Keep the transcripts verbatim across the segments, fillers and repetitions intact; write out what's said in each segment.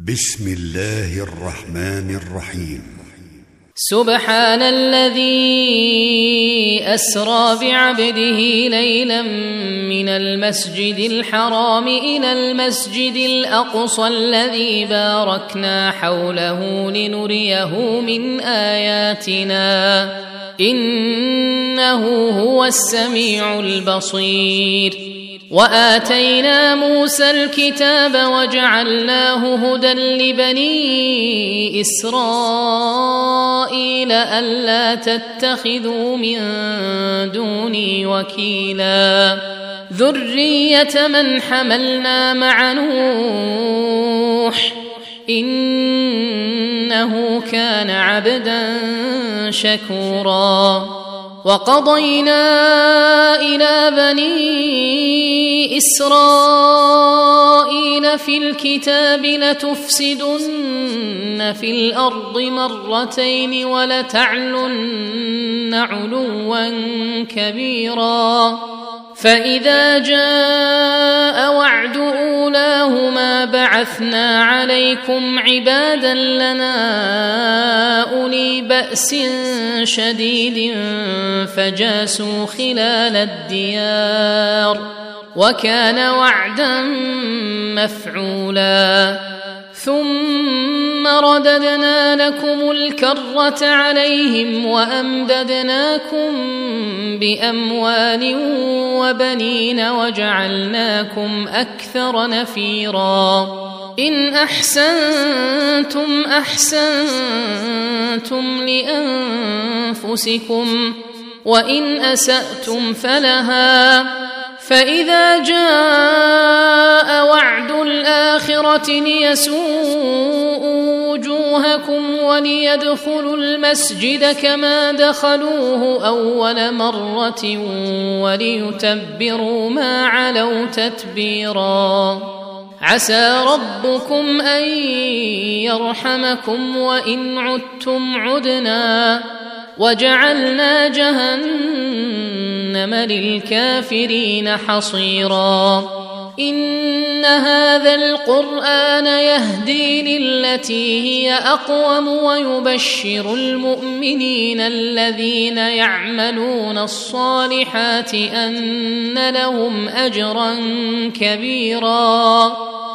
بسم الله الرحمن الرحيم. سبحان الذي أسرى بعبده ليلا من المسجد الحرام إلى المسجد الأقصى الذي باركنا حوله لنريه من آياتنا إنه هو السميع البصير. وآتينا موسى الكتاب وجعلناه هدى لبني إسرائيل ألا تتخذوا من دوني وكيلا ذرية من حملنا مع نوح إنه كان عبدا شكورا. وقضينا إلى بني إسرائيل في الكتاب لتفسدن في الأرض مرتين ولتعلن علوا كبيرا فإذا جاء وعد أولاهما بعثنا عليكم عبادا لنا أولي بأس شديد فجاسوا خلال الديار وكان وعدا مفعولا. ثم رددنا لكم الكرة عليهم وأمددناكم بأموال وبنين وجعلناكم أكثر نفيرا. إن أحسنتم أحسنتم لأنفسكم وإن أسأتم فلها فإذا جاء وعد الآخرة ليسوءوا وجوهكم وليدخلوا المسجد كما دخلوه أول مرة وليتبروا ما علوا تتبيرا. عسى ربكم أن يرحمكم وإن عدتم عدنا وجعلنا جهنم للكافرين حصيرا. إن هذا القرآن يهدي للتي هي أقوم ويبشر المؤمنين الذين يعملون الصالحات أن لهم أجرا كبيرا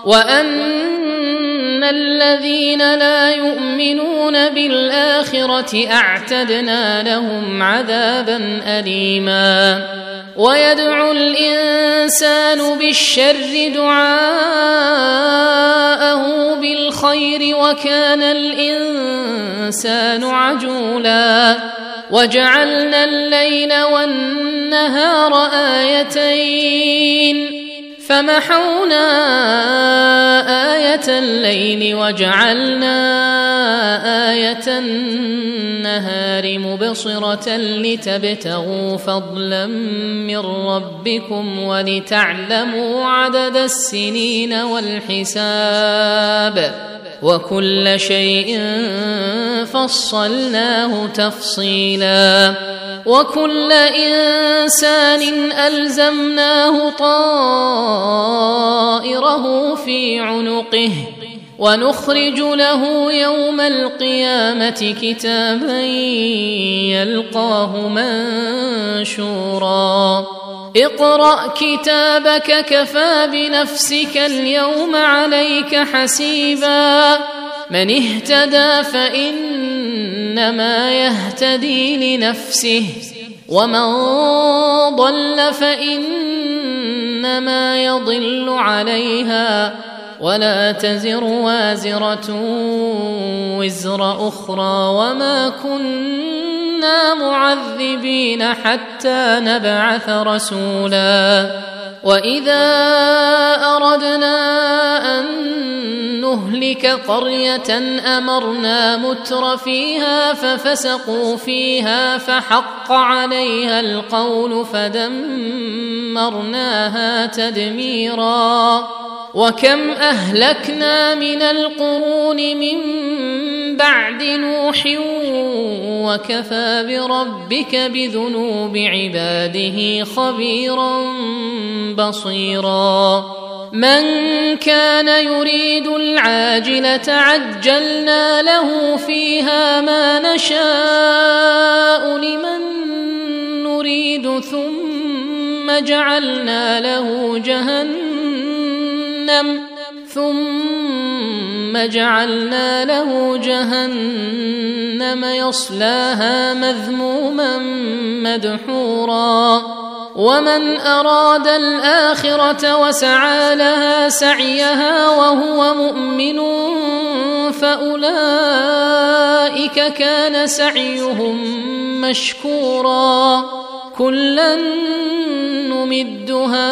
وأن الذين لا يؤمنون بالآخرة أعتدنا لهم عذابا أليما. ويدعو الإنسان بالشر دعاءه بالخير وكان الإنسان عجولا. وجعلنا الليل والنهار آيتين فمحونا آية الليل وجعلنا آية النهار مبصرة لتبتغوا فضلا من ربكم ولتعلموا عدد السنين والحساب وكل شيء فصلناه تفصيلا. وكل إنسان ألزمناه طائره في عنقه ونخرج له يوم القيامة كتابا يلقاه منشورا. اقرأ كتابك كفى بنفسك اليوم عليك حسيبا. من اهتدى فإنما يهتدي لنفسه ومن ضل فإنما يضل عليها ولا تزر وازرة وزر أخرى وما كنا معذبين حتى نبعث رسولا. وإذا أردنا أن نهلك قرية أمرنا متر فيها ففسقوا فيها فحق عليها القول فدمرناها تدميرا. وكم أهلكنا من القرون من بعد نوح وكفى بربك بذنوب عباده خبيرا بصيرا. من كان يريد العاجلة عجلنا له فيها ما نشاء لمن نريد ثم جعلنا له جهنم ثم جعلنا له جهنم يصلاها مذموما مدحورا ومن أراد الآخرة وسعى لها سعيها وهو مؤمن فأولئك كان سعيهم مشكورا كلا نمد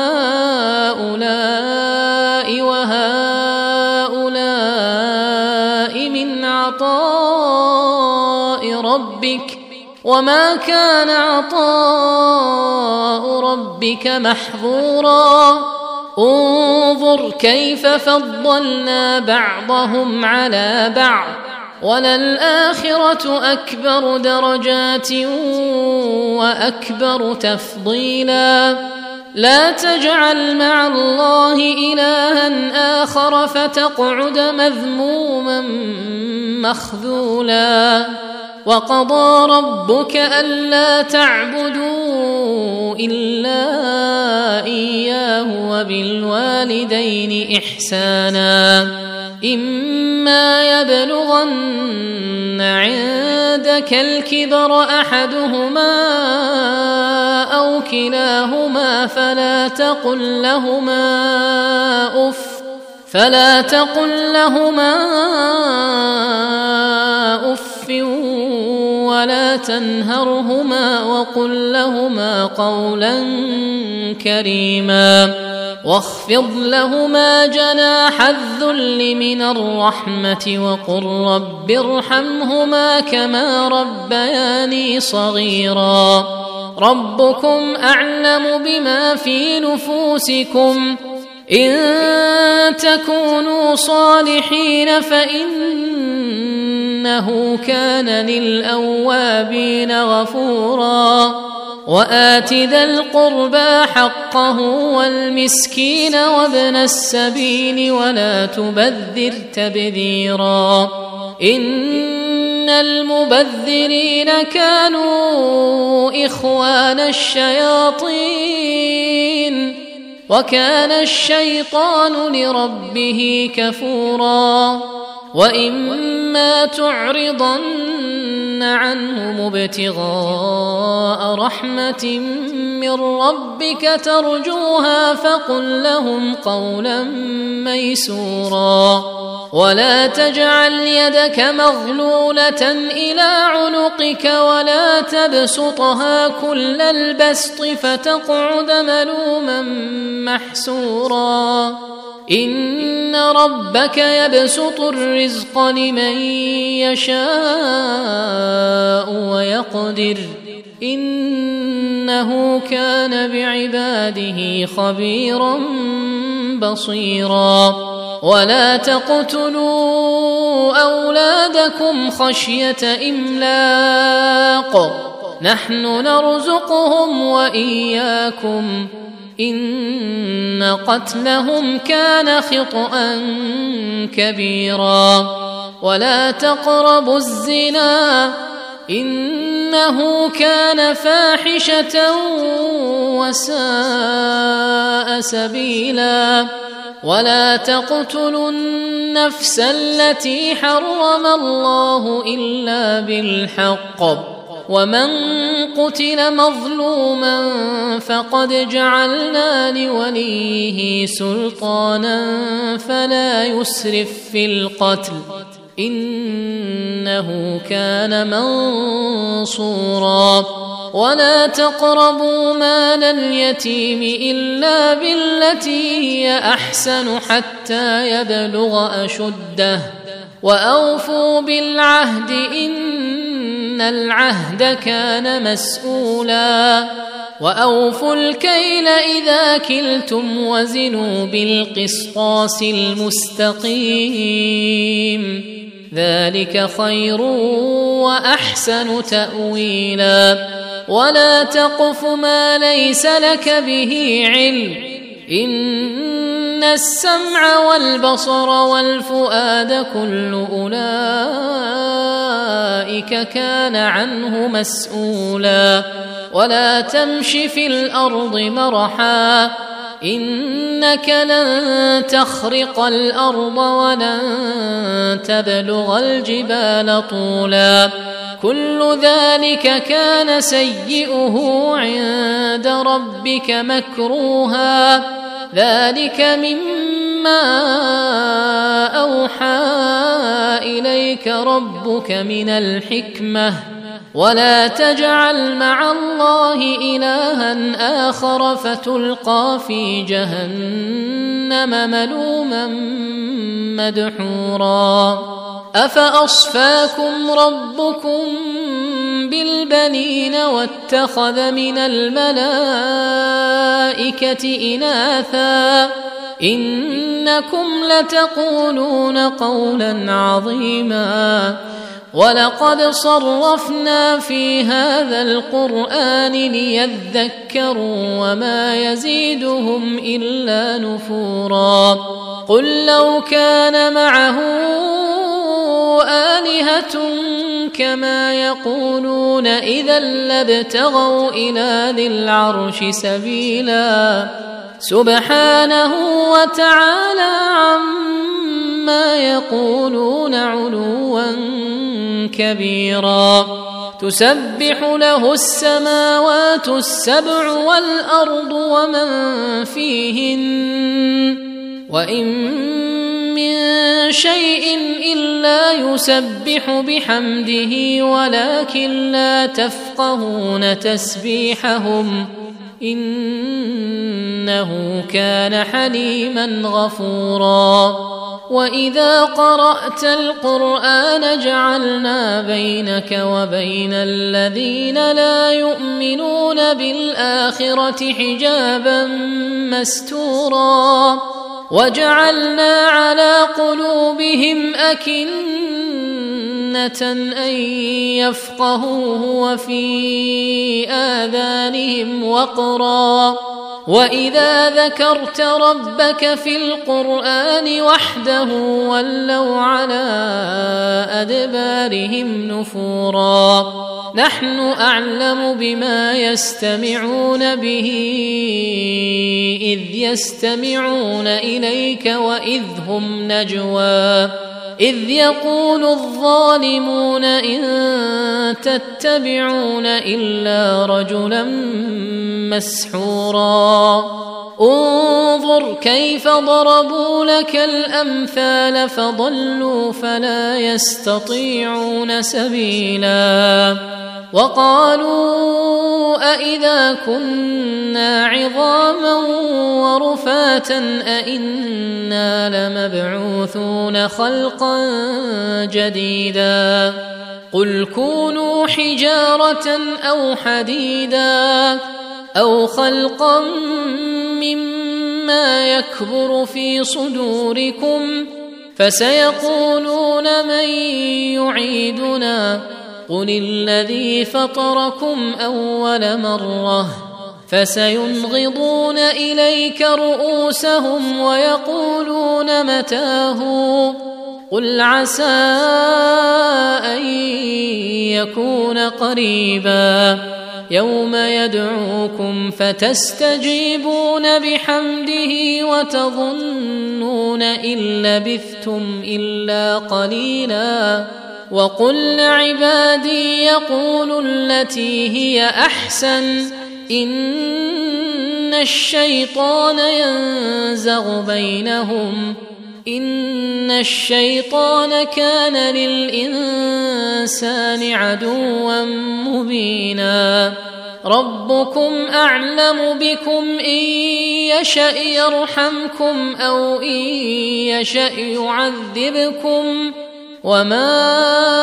هؤلاء وهؤلاء من عطاء ربك وما كان عطاء ربك محظورا انظر كيف فضلنا بعضهم على بعض وللآخرة أكبر درجات وأكبر تفضيلا لا تجعل مع الله إلها آخر فتقعد مذموما مخذولا وقضى ربك ألا تعبدوا إلا إياه وبالوالدين إحسانا إما يبلغن عندك الكبر أحدهما أو كلاهما فلا تقل لهما أف فلا تقل لهما أف ولا تنهرهما وقل لهما قولا كريما واخفض لهما جناح الذل من الرحمة وقل رب ارحمهما كما ربياني صغيرا ربكم أعلم بما في نفوسكم إن تكونوا صالحين فإنه كان للأوابين غفورا وآت ذا القربى حقه والمسكين وابن السبيل ولا تبذر تبذيرا إن المبذرين كانوا إخوان الشياطين وكان الشيطان لربه كفورا وإما تعرضن عنهم ابتغاء رحمة من ربك ترجوها فقل لهم قولا ميسورا ولا تجعل يدك مغلولة إلى عنقك ولا تبسطها كل البسط فتقعد ملوما محسورا إن ربك يبسط الرزق لمن يشاء ويقدر إنه كان بعباده خبيرا بصيرا ولا تقتلوا أولادكم خشية إملاق نحن نرزقهم وإياكم إن قتلهم كان خطأ كبيرا ولا تقربوا الزنا إنه كان فاحشة وساء سبيلا ولا تقتلوا النفس التي حرم الله إلا بالحق ومن قتل مظلوما فقد جعلنا لوليه سلطانا فلا يسرف في القتل إنه كان منصورا ولا تقربوا مال اليتيم إلا بالتي هي أحسن حتى يبلغ أشده وأوفوا بالعهد إن العهد كان مسؤولا وأوفوا الكيل إذا كلتم وزنوا بالقسطاس المستقيم ذلك خير وأحسن تأويلا ولا تقف ما ليس لك به علم إن السمع والبصر والفؤاد كل أولئك كان عنه مسؤولا ولا تمش في الأرض مرحا إنك لن تخرق الأرض ولن تبلغ الجبال طولا كل ذلك كان سيئه عند ربك مكروها ذلك مما أوحى إليك ربك من الحكمة ولا تجعل مع الله إلها آخر فتلقى في جهنم ملوما مدحورا أفأصفاكم ربكم بالبنين واتخذ من الملائكة إناثا إنكم لتقولون قولا عظيما ولقد صرفنا في هذا القرآن ليذكروا وما يزيدهم إلا نفورا قل لو كان معه آلهة كما يقولون إذا لابتغوا إلى ذي العرش سبيلا سبحانه وتعالى عما يقولون علوا كبيرا تسبح له السماوات السبع والأرض ومن فيهن وإن من شيء إلا يسبح بحمده ولكن لا تفقهون تسبيحهم إنه كان حليما غفورا وإذا قرأت القرآن جعلنا بينك وبين الذين لا يؤمنون بالآخرة حجابا مستورا وجعلنا على قلوبهم أكنة أن يفقهوه وفي آذانهم وقرا وإذا ذكرت ربك في القرآن وحده ولوا على أدبارهم نفورا نحن أعلم بما يستمعون به إذ يستمعون إليك وإذ هم نجوى إذ يقول الظالمون إن تتبعون إلا رجلا مسحورا انظر كيف ضربوا لك الأمثال فضلوا فلا يستطيعون سبيلا وقالوا أئذا كنا عظاما ورفاتا أئنا لمبعوثون خلقا جديدا قل كونوا حجارة أو حديدا أو خلقا مما يكبر في صدوركم فسيقولون من يعيدنا قل الذي فطركم أول مرة فسينغضون إليك رؤوسهم ويقولون متاه قل عسى أن يكون قريبا يوم يدعوكم فتستجيبون بحمده وتظنون إن لبثتم إلا قليلا وقل لعبادي يقولوا التي هي أحسن إن الشيطان ينزغ بينهم إن الشيطان كان للإنسان عدوا مبينا ربكم أعلم بكم إن يشأ يرحمكم أو إن يشأ يعذبكم وما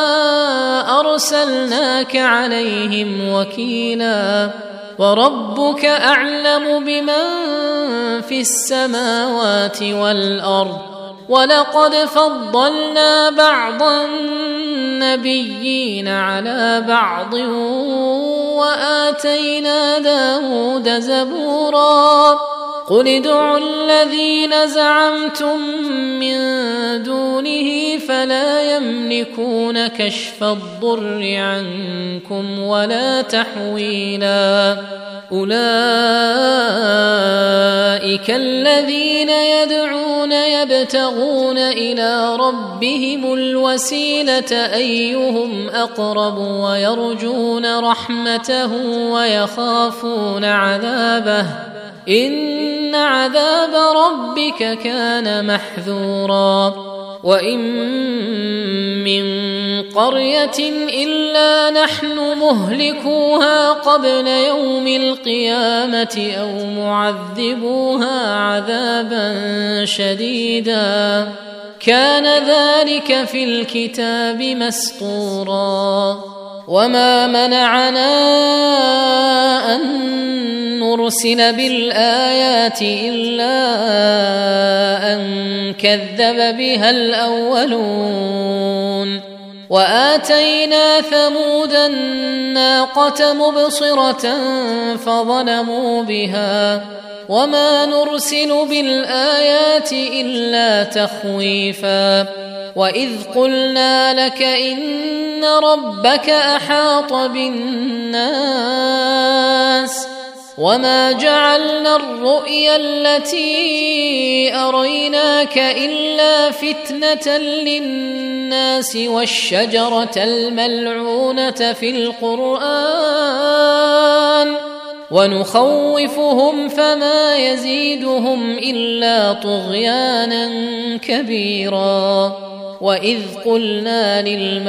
أرسلناك عليهم وكيلا وربك أعلم بمن في السماوات والأرض ولقد فضلنا بعض النبيين على بعض وآتينا داود زبورا قل ادعوا الذين زعمتم من دونه فلا يملكون كشف الضر عنكم ولا تحويلا أولئك الذين يدعون يبتغون إلى ربهم الوسيلة أيهم أقرب ويرجون رحمته ويخافون عذابه إن عذاب ربك كان محذورا وإن من قرية إلا نحن مهلكوها قبل يوم القيامة أو معذبوها عذابا شديدا كان ذلك في الكتاب مسطورا وما منعنا أن نرسل بالآيات إلا أن كذب بها الأولون وآتينا ثمود الناقة مبصرة فظلموا بها وما نرسل بالآيات إلا تخويفا وإذ قلنا لك إن ربك أحاط بالناس وما جعلنا الرؤيا التي أريناك إلا فتنة للناس والشجرة الملعونة في القرآن ونخوفهم فما يزيدهم إلا طغيانا كبيرا وإذ قلنا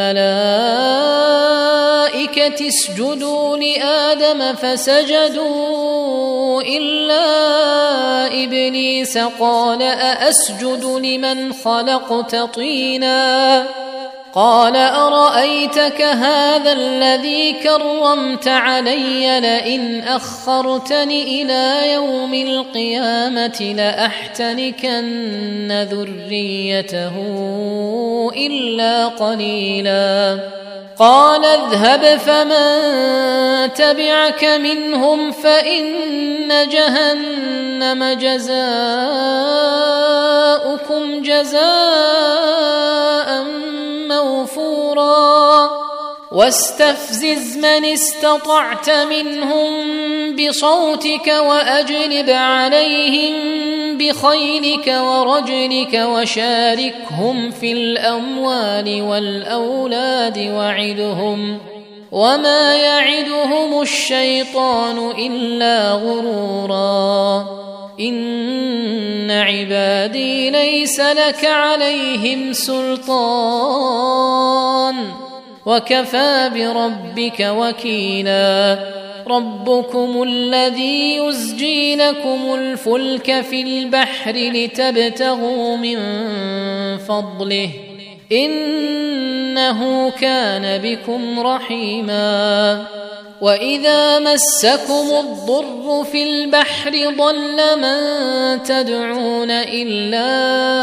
للملائكة اسجدوا لآدم فسجدوا إلا إبليس قال أأسجد لمن خلقت طينا قال أرأيتك هذا الذي كرمت علي لئن أخرتني إلى يوم القيامة لأحتنكن ذريته إلا قليلا قال اذهب فمن تبعك منهم فإن جهنم جزاؤكم جزاء موفورا واستفزز من استطعت منهم بصوتك وأجلب عليهم بخيلك ورجلك وشاركهم في الأموال والأولاد وعدهم وما يعدهم الشيطان إلا غرورا إن عبادي ليس لك عليهم سلطان وكفى بربك وكيلا ربكم الذي يزجي لكم الفلك في البحر لتبتغوا من فضله إنه كان بكم رحيما وإذا مسكم الضر في البحر ضل من تدعون إلا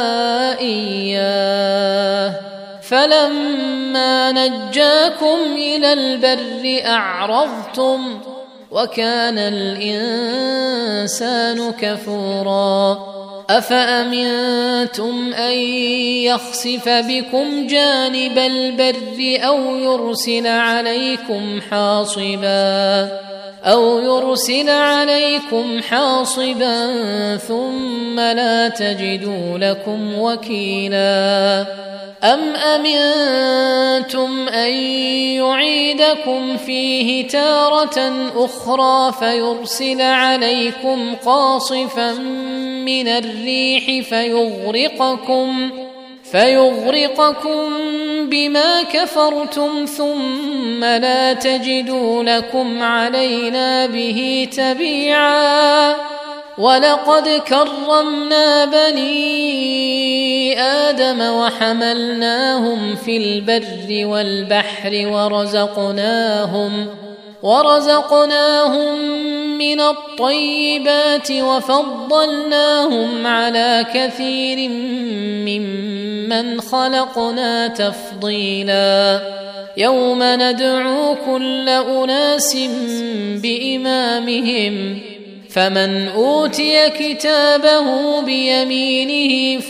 إياه فلما نجاكم إلى البر أعرضتم وكان الإنسان كفورا أفأمنتم أن يخسف بكم جانب البر أو يرسل عليكم حاصبا أو يرسل عليكم حاصبا ثم لا تجدوا لكم وكيلا أم أمنتم أن يعيدكم فيه تارة أخرى فيرسل عليكم قاصفا من الريح فيغرقكم فيغرقكم بما كفرتم ثم لا تجدوا لكم علينا به تبيعا ولقد كرمنا بني آدم وحملناهم في البر والبحر ورزقناهم ورزقناهم من الطيبات وفضلناهم على كثير ممن خلقنا تفضيلا يوم ندعو كل أناس بإمامهم فمن أوتي كتابه بيمينه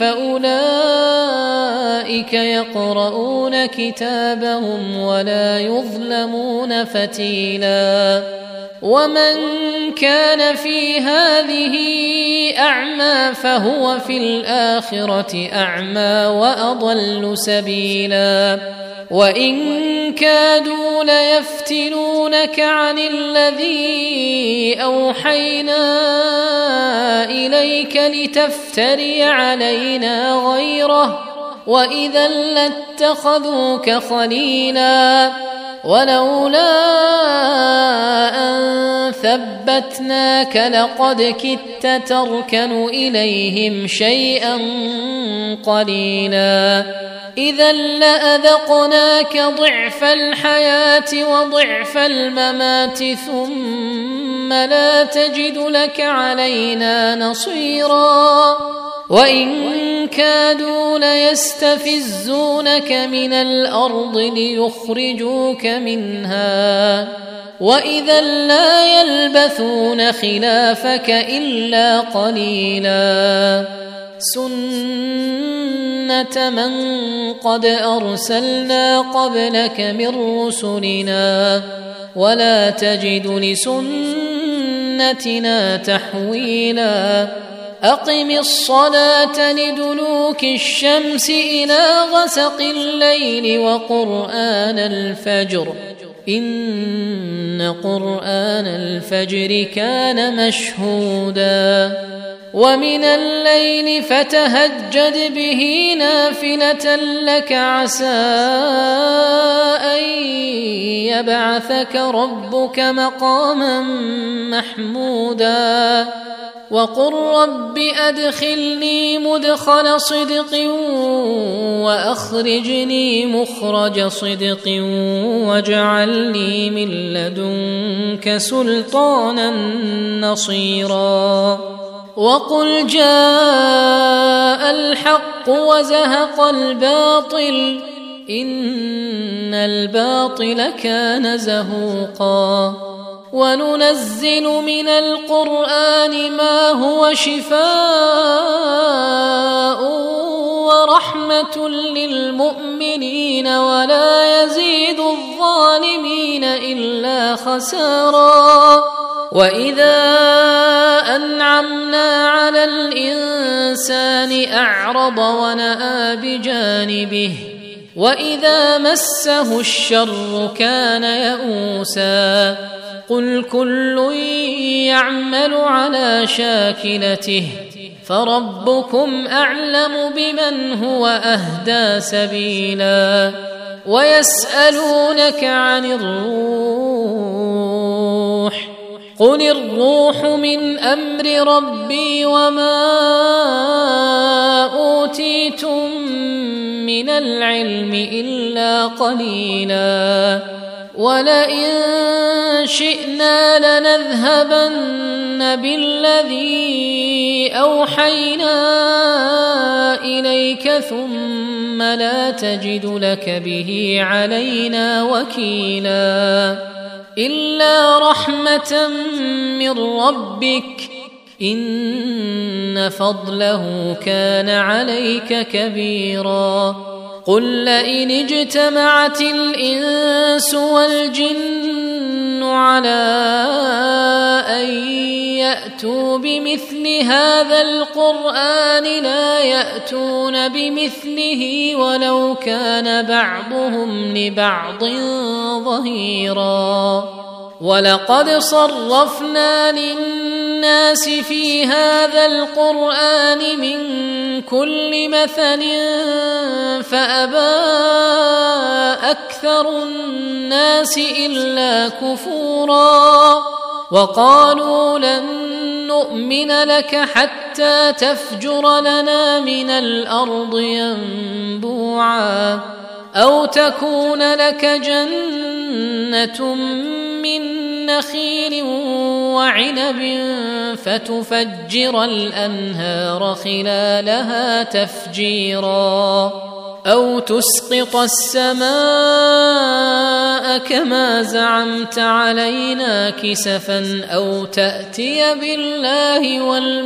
فأولئك يقرؤون كتابهم ولا يظلمون فتيلا ومن كان في هذه أعمى فهو في الآخرة أعمى وأضل سبيلا وإن كادوا ليفتنونك عن الذي أوحينا إليك لتفتري علينا غيره وإذا لاتخذوك خليلا ولولا أن ثبتناك لقد كدت تركن إليهم شيئا قليلا إذا لأذقناك ضعف الحياة وضعف الممات ثم لا تجد لك علينا نصيرا وإن كادوا ليستفزونك من الأرض ليخرجوك منها وإذا لا يلبثون خلافك إلا قليلا سنة من قد أرسلنا قبلك من رسلنا ولا تجد لسنتنا تحويلا أقم الصلاة لدلوك الشمس إلى غسق الليل وقرآن الفجر إن قرآن الفجر كان مشهودا ومن الليل فتهجد به نافلة لك عسى أن يبعثك ربك مقاما محمودا وقل رب أدخلني مدخل صدق وأخرجني مخرج صدق واجعلني من لدنك سلطانا نصيرا وقل جاء الحق وزهق الباطل إن الباطل كان زهوقا وننزل من القرآن ما هو شفاء ورحمة للمؤمنين ولا يزيد الظالمين إلا خسارا وإذا أنعمنا على الإنسان أعرض ونأى بجانبه وإذا مسه الشر كان يئوسا قل كل يعمل على شاكلته فربكم أعلم بمن هو أهدى سبيلا ويسألونك عن الروح قل الروح من أمر ربي وما أوتيتم من العلم إلا قليلا ولئن شئنا لنذهبن بالذي أوحينا إليك ثم لا تجد لك به علينا وكيلا إلا رحمة من ربك إن فضله كان عليك كبيرا قل لئن اجتمعت الإنس والجن على أن يأتوا بمثل هذا القرآن لا يأتون بمثله ولو كان بعضهم لبعض ظهيرا ولقد صرفنا للناس في هذا القرآن من كل مثل فأبى أكثر الناس إلا كفورا وقالوا لن نؤمن لك حتى تفجر لنا من الأرض ينبوعا أو تكون لك جنة من نخيل وعنب فتفجر الأنهار خلالها تفجيرا أو تسقط السماء كما زعمت علينا كسفا أو تأتي بالله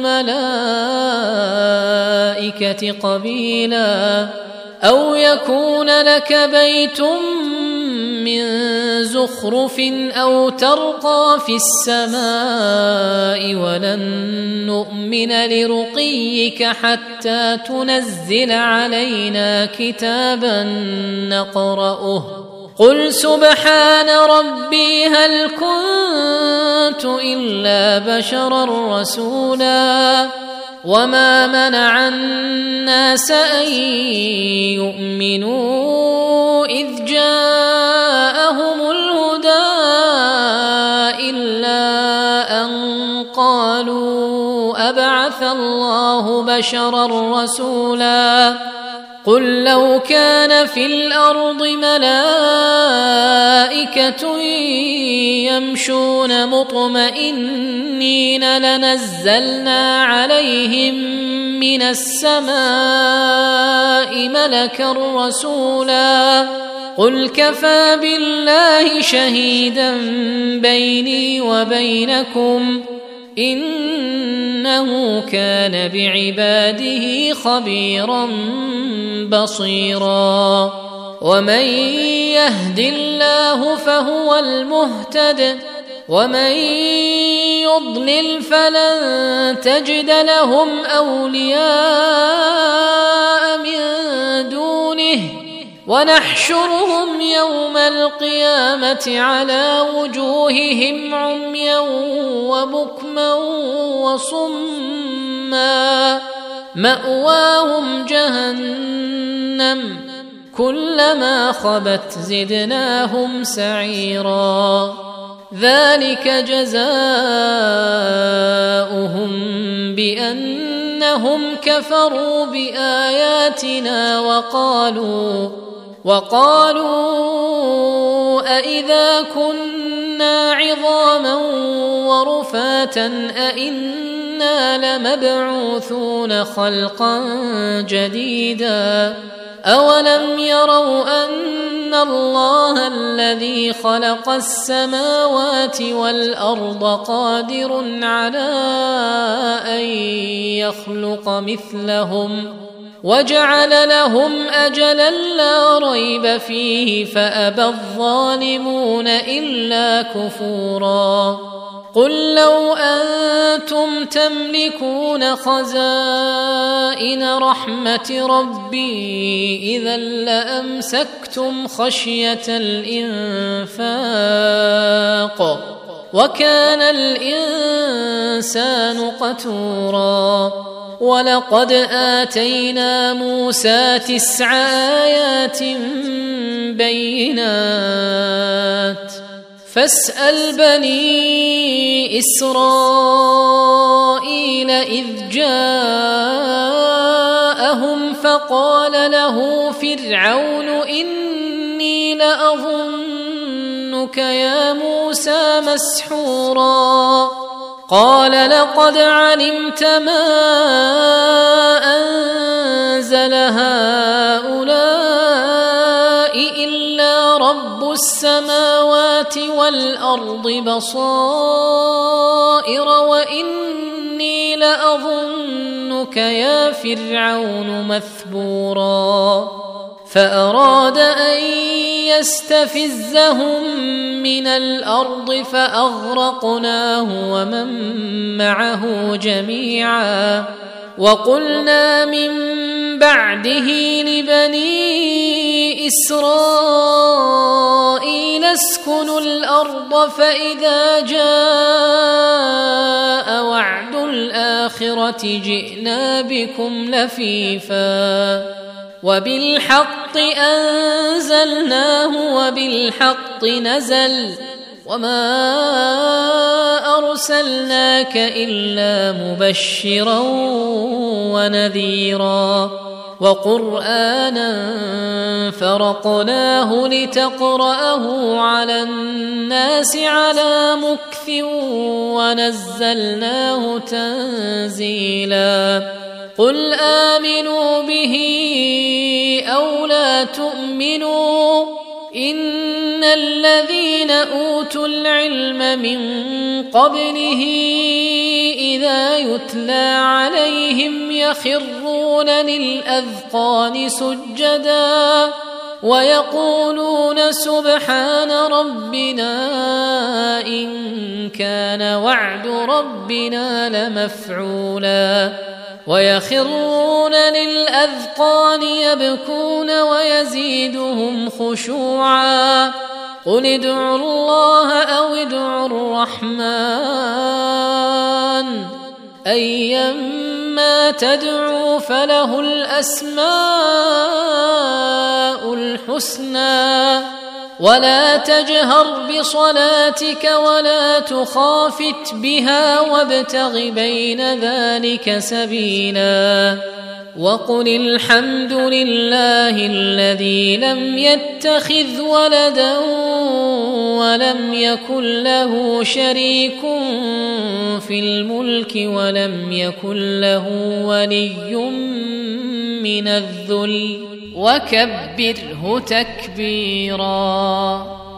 والملائكة قبيلا أو يكون لك بيت من زخرف أو ترقى في السماء ولن نؤمن لرقيك حتى تنزل علينا كتابا نقرأه قل سبحان ربي هل كنت إلا بشرا رسولا وما منع الناس أن يؤمنوا إذ جاءهم الهدى إلا أن قالوا أبعث الله بشرا رسولا قل لو كان في الأرض ملائكة يمشون مطمئنين لنزلنا عليهم من السماء ملكا رسولا قل كفى بالله شهيدا بيني وبينكم إنه كان بعباده خبيرا بصيرا ومن يهد الله فهو المهتد ومن يضلل فلن تجد لهم أولياء من دونه ونحشرهم يوم القيامة على وجوههم عميا وبكما وصما مأواهم جهنم كلما خبت زدناهم سعيرا ذلك جزاؤهم بأنهم كفروا بآياتنا وقالوا وقالوا أإذا كنا عظاما ورفاتا أإنا لمبعوثون خلقا جديدا أولم يروا أن الله الذي خلق السماوات والأرض قادر على أن يخلق مثلهم وجعل لهم أجلا لا ريب فيه فأبى الظالمون إلا كفورا قل لو أنتم تملكون خزائن رحمة ربي إذا لأمسكتم خشية الإنفاق وكان الإنسان قتورا ولقد آتينا موسى تسع آيات بينات فاسأل بني إسرائيل إذ جاءهم فقال له فرعون إني لأظنك يا موسى مسحورا قال لقد علمت ما أنزل هؤلاء إلا رب السماوات والأرض بصائر وإني لأظنك يا فرعون مثبورا فأراد أن يستفزهم من الأرض فأغرقناه ومن معه جميعا وقلنا من بعده لبني إسرائيل اسكنوا الأرض فإذا جاء وعد الآخرة جئنا بكم لفيفا وبالحق أنزلناه وبالحق نزل وما أرسلناك إلا مبشرا ونذيرا وقرآنا فرقناه لتقرأه على الناس على مكث ونزلناه تنزيلا قل آمنوا به أو لا تؤمنوا إن الذين أوتوا العلم من قبله إذا يتلى عليهم يخرون للأذقان سجدا ويقولون سبحان ربنا إن كان وعد ربنا لمفعولا ويخرون للأذقان يبكون ويزيدهم خشوعا قل ادعوا الله أو ادعوا الرحمن أيما تدعوا فله الأسماء الحسنى ولا تجهر بصلاتك ولا تخافت بها وابتغ بين ذلك سبيلا وقل الحمد لله الذي لم يتخذ ولدا ولم يكن له شريك في الملك ولم يكن له ولي من الذل وكبره تكبيرا.